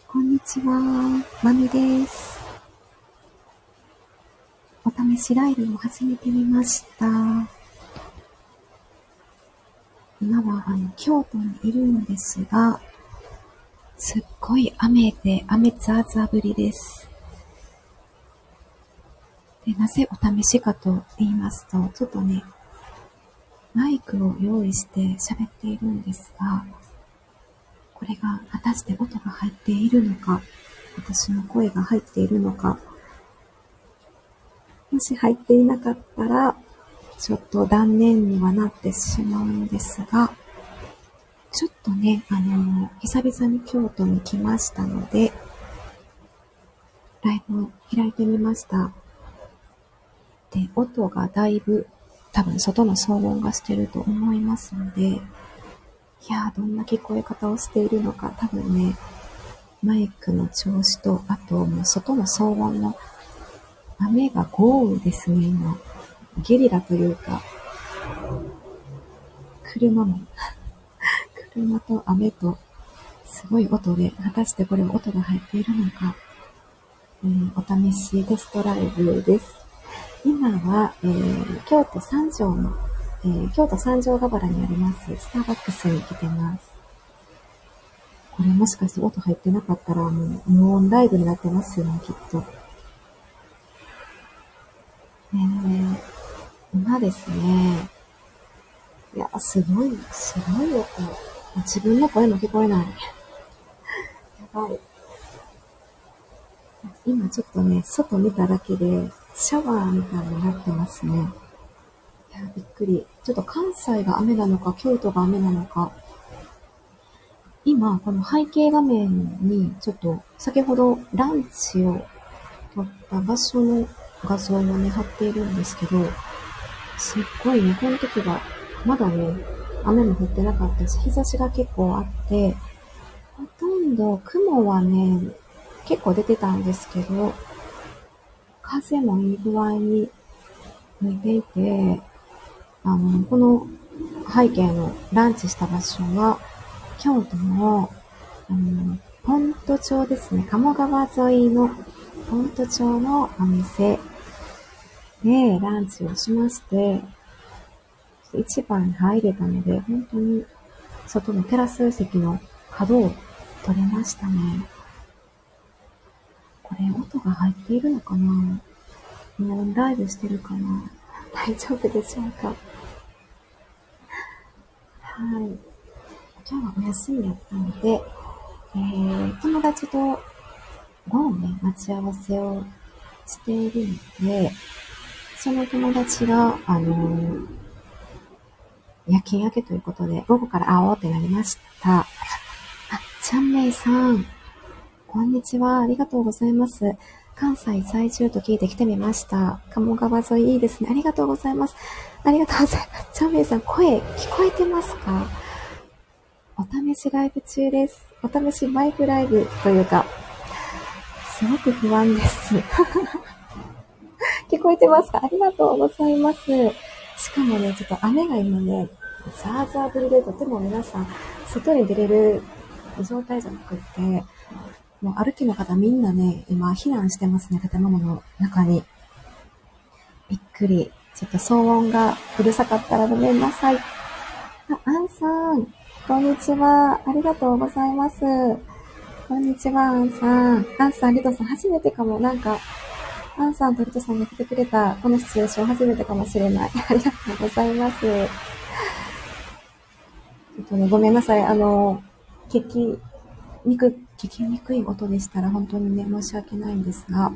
こんにちは、まみです。お試しライブを始めてみました。今は京都にいるんですが、すっごい雨で雨ザーザー降りです。で、なぜお試しかと言いますと、ちょっとね、マイクを用意して喋っているんですが、これが果たして音が入っているのか、私の声が入っているのか、もし入っていなかったら、ちょっと断念にはなってしまうんですが、ちょっとね、久々に京都に来ましたので、ライブを開いてみました。で、音がだいぶ、多分外の騒音がしてると思いますので、いやー、どんな聞こえ方をしているのか、多分ね、マイクの調子と、あともう外の騒音の、雨が豪雨ですね、今。ゲリラというか、車と雨と、すごい音で、果たしてこれは音が入っているのか、お試しテストライブです。今は、京都三条の、京都三条河原にありますスターバックスに来てます。これもしかして音入ってなかったらもう無音ライブになってますよね、きっと。今ですね、いや、すごい音。自分の声も聞こえない。やばい。今ちょっとね、外見ただけで、シャワーみたいになってますね。いや、びっくり。ちょっと関西が雨なのか、京都が雨なのか。今、この背景画面に、ちょっと、先ほどランチを撮った場所の画像をね、貼っているんですけど、すっごいね、この時は、まだね、雨も降ってなかったし、日差しが結構あって、ほとんど雲はね、結構出てたんですけど、風もいい具合に吹いていて、この背景のランチした場所は、京都の、本都町ですね。鴨川沿いの本都町のお店でランチをしまして、一番に入れたので、本当に外のテラス席の角を取れましたね。これ音が入っているのかな？もうライブしてるかな？大丈夫でしょうか？はい。今日はお休みやったので、友達と午後ね、待ち合わせをしているので、その友達が、夜勤明けということで、午後から会おうってなりました。あ、ちゃんめいさん、こんにちは。ありがとうございます。関西在住と聞いて来てみました。鴨川沿いいいですね。ありがとうございます。ありがとうございます。ちゃんめいさん、声聞こえてますか？お試しライブ中です。お試しマイクライブというか、すごく不安です。聞こえてますか？ありがとうございます。しかもね、ちょっと雨が今ね、ザーザー降りでとても皆さん、外に出れる状態じゃなくって、もう歩きの方みんなね、今避難してますね、建物の中に。びっくり。ちょっと騒音がうるさかったらごめんなさい。あ、アンさん、こんにちは。ありがとうございます。こんにちは、アンさん。アンさん、リトさん、初めてかも。なんか、アンさんとリトさんが来てくれた、このシチュエーション初めてかもしれない。ありがとうございます。ちょっとね、ごめんなさい。聞きにくい音でしたら本当にね、申し訳ないんですが、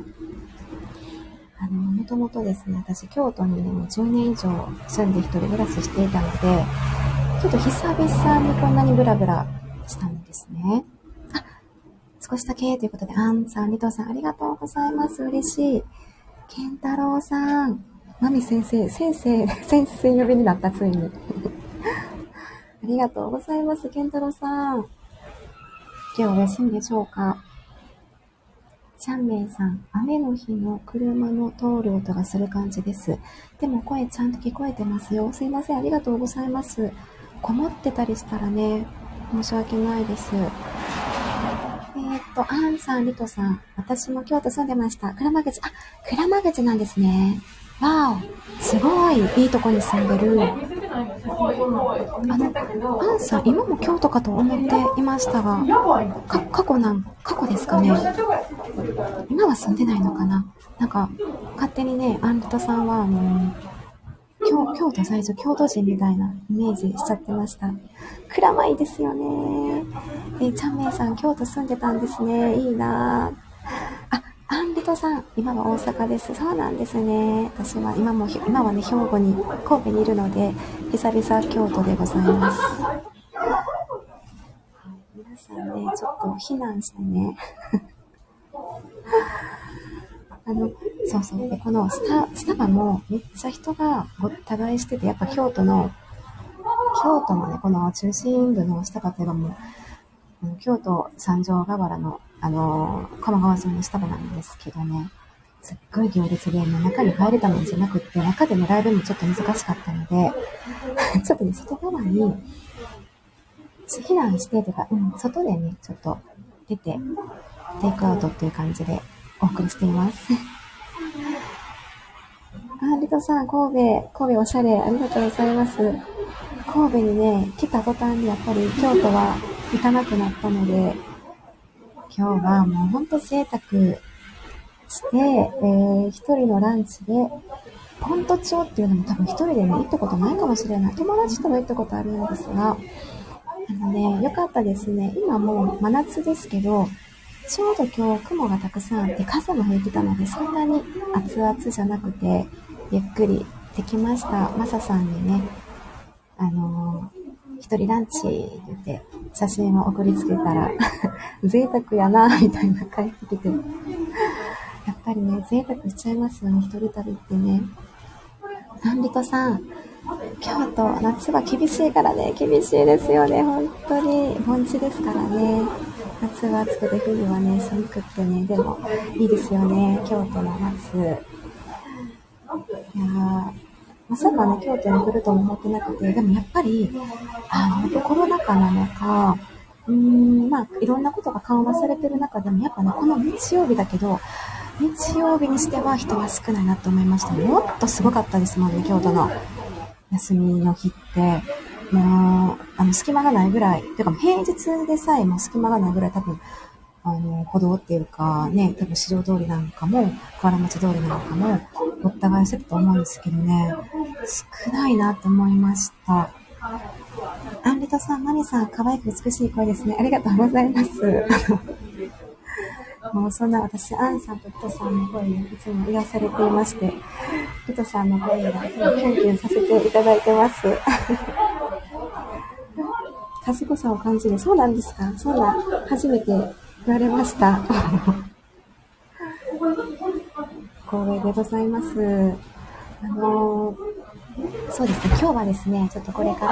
もともとですね、私、京都にね、もう10年以上住んで一人暮らししていたので、ちょっと久々にこんなにブラブラしたんですね。あ、少しだけということで、アンさん、リトさん、ありがとうございます。嬉しい。ケンタロウさん、マミ先生呼びになった、ついに。ありがとうございます、ケンタロウさん。今日お休みでしょうか？チャンメイさん、雨の日の車の通る音がする感じです。でも声ちゃんと聞こえてますよ。すいません、ありがとうございます。こもってたりしたらね、申し訳ないです。 アンさん、リトさん。私も京都住んでました。鞍馬口。あ、鞍馬口なんですね。わお。すごい、いいとこに住んでる。アンさん、今も京都かと思っていましたが、過去ですかね。今は住んでないのかな。なんか、勝手にね、アンリトさんは、京都最初、京都人みたいなイメージしちゃってました。蔵前ですよね。ちゃんめいさん、京都住んでたんですね。いいなぁ。あ、アンリトさん、今は大阪です。そうなんですね。私は今はね、神戸にいるので、久々京都でございます。皆さんね、ちょっと避難してね。そうそう。で、このスタバもめっちゃ人がごった返してて、やっぱ京都のね、この中心部のスタバといえばもう、京都三条河原の、鴨川沿いのスタバなんですけどね、すっごい行列で、中に入れたもんじゃなくって、中でもらえるのちょっと難しかったので、ちょっとね、外側に、避難してとか、外でね、ちょっと出て、テイクアウトっていう感じでお送りしています。リトさん、神戸おしゃれ、ありがとうございます。神戸にね、来た途端にやっぱり京都は行かなくなったので、今日はもうほんと贅沢して、一人のランチで、本都町っていうのも多分一人でね、行ったことないかもしれない。友達とも行ったことあるんですが、よかったですね。今もう真夏ですけど、ちょうど今日雲がたくさんあって風も吹いてたので、そんなに熱々じゃなくて、ゆっくりできました。マサさんにね、一人ランチって言って写真を送りつけたら贅沢やなみたいな返ってきて、やっぱりね、贅沢しちゃいますよね、一人旅ってね。アンリトさん、京都、夏は厳しいからね、厳しいですよね、本当に。盆地ですからね。夏は暑くて冬はね、寒くってね、でもいいですよね、京都の夏。いやー、まさかね、京都に来るとも思ってなくて、でもやっぱり、コロナ禍なのか、いろんなことが緩和されてる中でも、やっぱね、この日曜日だけど、日曜日にしては人は少ないなと思いました。もっとすごかったですもんね、京都の休みの日って。もう、隙間がないぐらい、てか平日でさえも隙間がないぐらい多分、歩道っていうかね、多分市場通りなんかも、河原町通りなんかも、ごった返してたと思うんですけどね、少ないなと思いました。アンリトさん、マミさん、可愛く美しい声ですね。ありがとうございます。もうそんな私、アンさんとリトさんの声にいつも癒されていまして、リトさんの声がキュンキュンさせていただいてます。賢さを感じる。そうなんですか？そんな、初めて言われました。光栄でございます。そうですね、今日はですね、ちょっとこれから、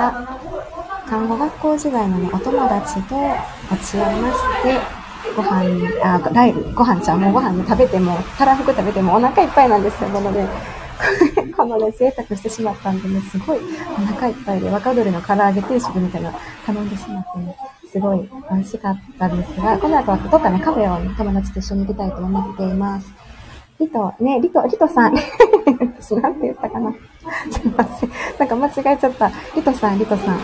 看護学校時代のね、お友達と落ち合いまして、ご飯ちゃん、もうご飯食べても、たらふく食べてもお腹いっぱいなんですよ、なので、このね、贅沢してしまったんでね、すごいお腹いっぱいで、若鶏の唐揚げ定食みたいなの頼んでしまってね、すごい美味しかったですが、この後はどっかね、カフェを、ね、友達と一緒に行きたいと思っています。リトさん。私なんて言ったかな。すいません。なんか間違えちゃった。リトさん。リトさん。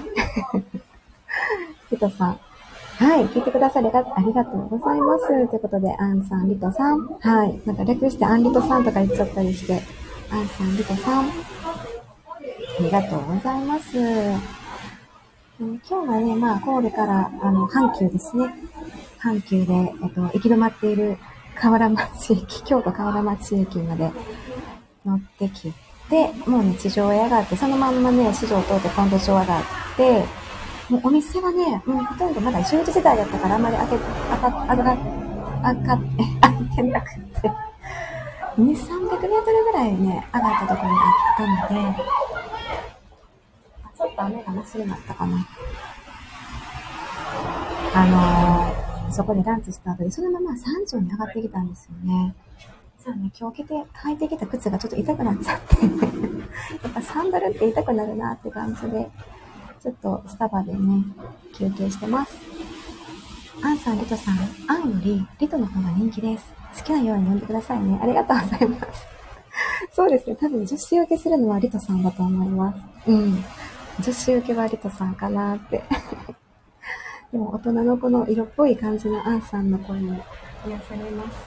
はい、聞いてくださりありがとうございます。ということで、アンさん、リトさん。はい、なんか略してアンリトさんとか言っちゃったりして、アンさん、リトさん。ありがとうございます。今日はね、神戸から、阪急ですね。阪急で、行き止まっている京都河原町駅まで乗ってきて、もうね、地上へ上がって、そのまんまね、市場を通って本土町上がって、もうお店はね、ほとんどまだ10時時代だったからあんまり開けてなくて、2、300メートルぐらいね、上がったところにあったので、ちょっと雨がマシになったかな。そこでランチした後で、そのまま山頂に上がってきたんですよね。そうね、今日履いてきた靴がちょっと痛くなっちゃって、やっぱサンダルって痛くなるなって感じで、ちょっとスタバでね、休憩してます。 アンさん、リトさん、アンよりリトの方が人気です。好きなように呼んでくださいね。ありがとうございます。そうですね。多分女子受けするのはリトさんだと思います。うん。女子受けはリトさんかなって。でも大人のこの色っぽい感じのアンさんの声に癒されます。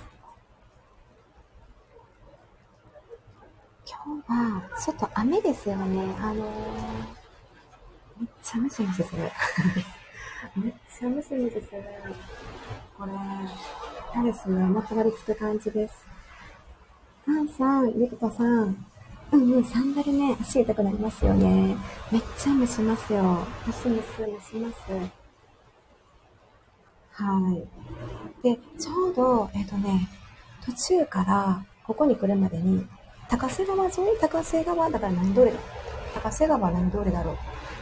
今日はちょっと雨ですよね。めっちゃムシムシする。めっちゃムシムシする。これ、嫌ですね。まとわりつく感じです。アンさん、ゆきとさん。うんうん、サンダルね、足痛くなりますよね。めっちゃ蒸しますよ。ムシムシ蒸します。はい。で、ちょうど、途中から、ここに来るまでに、高瀬川沿い高瀬川だから何通りだ高瀬川は何通りだろう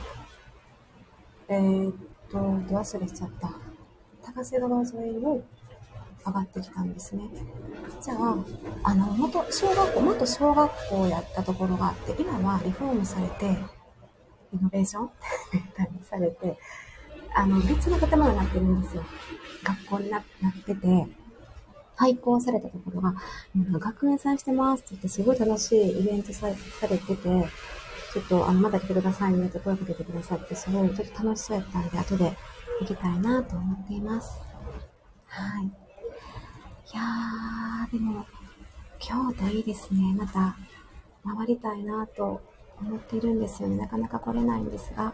忘れしちゃった。高瀬川沿いを上がってきたんですね。じゃあ、元小学校やったところがあって、今はリフォームされて、リノベーションされて、別の建物になってるんですよ。学校になってて、廃校されたところが、学園祭してますって言って、すごい楽しいイベントされてて、ちょっと、また来てくださいねって声かけてくださって、すごい、ちょっと楽しそうやったんで、後で行きたいなと思っています。はい。いやー、でも、京都いいですね。また、回りたいなと思っているんですよね。なかなか来れないんですが。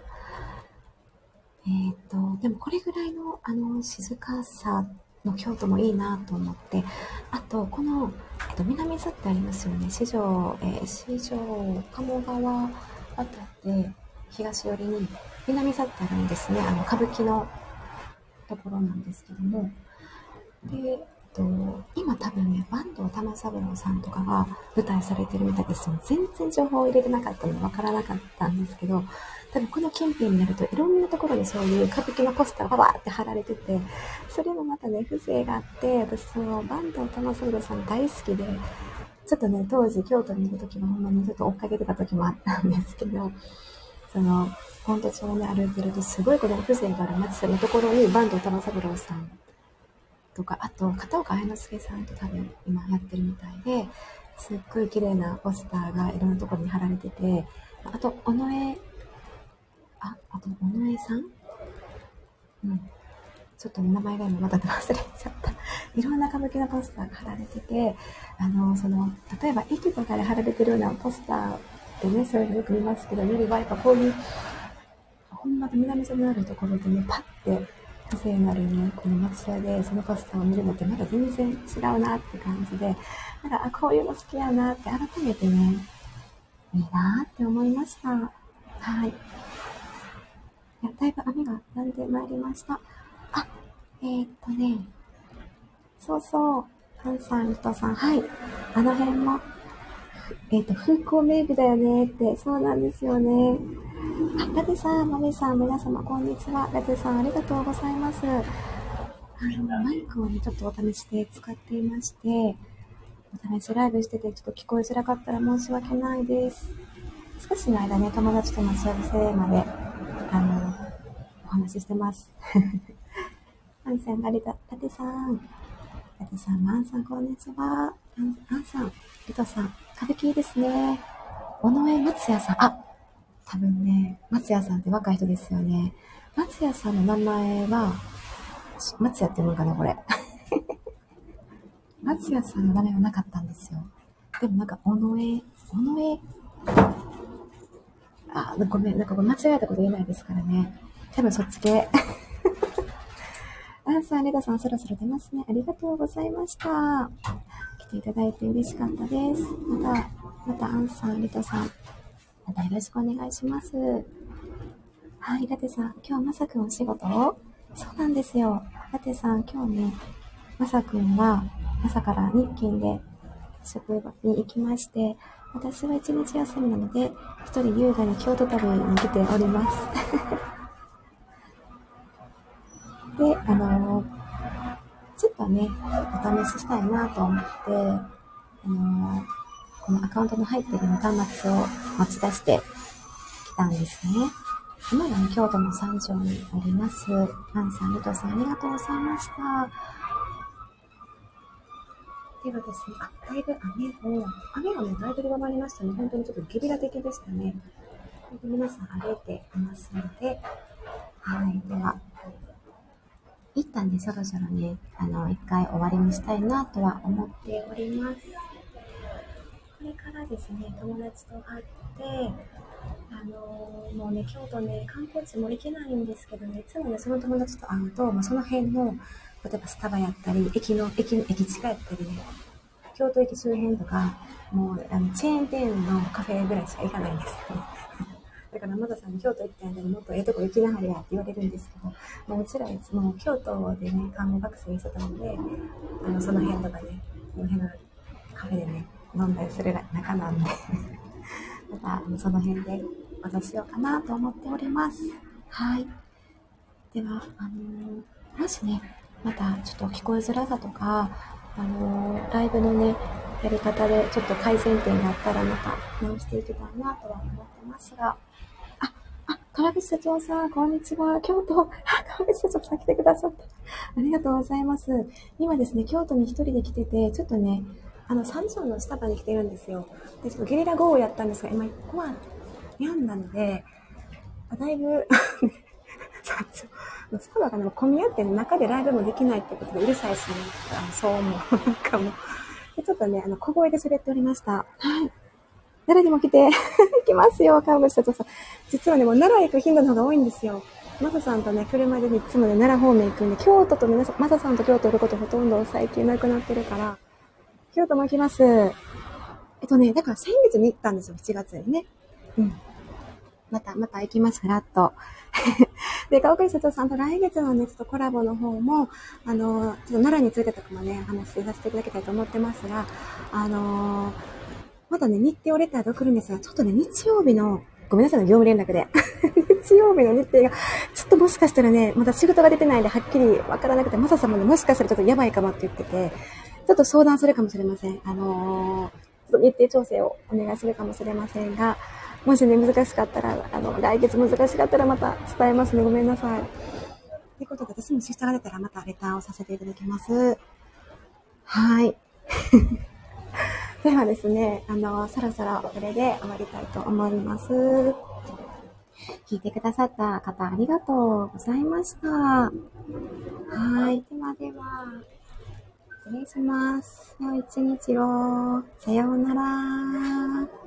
でもこれぐらいの、静かさの京都もいいなと思って、あと、この、南座ってありますよね。鴨川渡って東寄りに南座ってあるんですね。歌舞伎のところなんですけども。で、今多分ね、坂東玉三郎さんとかが舞台されてるみたいですよ。全然情報を入れてなかったのでわからなかったんですけど、多分この近辺になるといろんなところにそういう歌舞伎のポスターがバーって貼られてて、それもまたね、風情があって、私その坂東玉三郎さん大好きで、ちょっとね、当時京都にいる時はほんまにちょっと追っかけてた時もあったんですけど、その、本土町をね、歩いてるとすごいこの風情がある街のところに坂東玉三郎さんとか、あと、片岡愛之助さんと多分今やってるみたいで、すっごい綺麗なポスターがいろんなところに貼られてて、あと、尾上さんうん。ちょっと名前が今また忘れちゃった。いろんな歌舞伎のポスターが貼られてて、例えば駅とかで貼られてるようなポスターでね、そういうのよく見ますけど、よりはやっぱこういう、ほんまに南座のあるところでね、パッて、風情のあるね、この町屋でそのポスターを見るのってまだ全然違うなって感じで、こういうの好きやなって改めてね、いいなって思いました。はい。いや、だいぶ雨が止んでまいりました。あ、ね、そうそう、ハンさん、リトさん、はい。あの辺も、風光明媚だよねって、そうなんですよね。あ、ラテさん、マミさん、皆様、こんにちは。ラテさん、ありがとうございます。マイクをね、ちょっとお試しで使っていまして、お試しライブしてて、ちょっと聞こえづらかったら申し訳ないです。少しの間ね、友達と待ち合わせまで、お話ししてます。アンさん、ラテさん、マンさん、こんにちは。アンさん、リトさん、歌舞伎いいですね。尾上松也さん、多分ね、松也さんって若い人ですよね。松也さんの名前は、松也って言うのかな、これ。松也さんの名前はなかったんですよ。でもなんか、ごめん、なんか間違えたこと言えないですからね。多分そっち系。アンさん、レダさん、そろそろ出ますね。ありがとうございました。来ていただいて嬉しかったです。また、アンさん、レダさん、またよろしくお願いします。はい、ラテさん、今日まさくんお仕事そうなんですよ。ラテさん、今日ね、まさくんは朝から日勤で職場に行きまして、私は一日休みなので、一人優雅に京都旅に来ております。で、ちょっとね、お試ししたいなと思って、このアカウントの入ってるの端末を持ち出してきたんですね。 今はね、京都の三条におります。アンさん、ルトさん、ありがとうございました。ではですね、だいぶ雨がね、だいぶ弱まりましたね。本当にちょっとゲリラ的でしたね。皆さん歩いていますので、はい。では、一旦ね、そろそろね、一回終わりにしたいなとは思っております。これからですね、友達と会って、もうね、京都ね、観光地も行けないんですけどね、いつもね、その友達と会うと、その辺の、例えばスタバやったり、駅近やったりね、京都駅周辺とか、もう、チェーン店のカフェぐらいしか行かないんですよね。だから、まださん、京都行ったんで、もっとええとこ行きなはれやって言われるんですけど、もううちらいつも京都でね、看護学生してたので、その辺とかね、その辺のカフェでね、飲んだりする仲なんで、また、その辺でお話しようかなと思っております。はい。では、もしね、またちょっと聞こえづらさとか、ライブのね、やり方でちょっと改善点があったらまた直していきたいなとは思ってますが、川口社長さん、こんにちは。京都、川口社長さん来てくださって。ありがとうございます。今ですね、京都に一人で来てて、ちょっとね、三条のスタバに来てるんですよ。で、ちょっとゲリラ豪雨やったんですが、今、ここは病んだので、だいぶスタバが混み合って中でライブもできないってことでうるさいしね、そう思う。なんかもう。でちょっとね、小声で喋っておりました。はい。奈良にも来て、行きますよ、川口社長さん。実はね、もう奈良行く頻度の方が多いんですよ。マサさんとね、車でいつもね、奈良方面行くんで、京都とマサさんと京都行くことほとんど最近なくなってるから、京都も行きます。だから先月に行ったんですよ、7月にね。うん。また行きます、フラッと。で、川口社長さんと来月のね、ちょっとコラボの方も、ちょっと奈良についてとかもね、話させていただきたいと思ってますが、まだね、日程をレターで送るんですが、ちょっとね、日曜日の、ごめんなさいね、業務連絡で。日曜日の日程が、ちょっともしかしたらね、まだ仕事が出てないんで、はっきりわからなくて、マサさんもね、もしかしたらちょっとやばいかもって言ってて、ちょっと相談するかもしれません。ちょっと日程調整をお願いするかもしれませんが、もしね、難しかったら、来月難しかったらまた伝えますね。ごめんなさい。ということで、私もシフトが出たらまたレターをさせていただきます。はい。ではですね、そろそろこれで終わりたいと思います。聞いてくださった方ありがとうございました。はい。ではでは、失礼します。良い一日を。さようなら。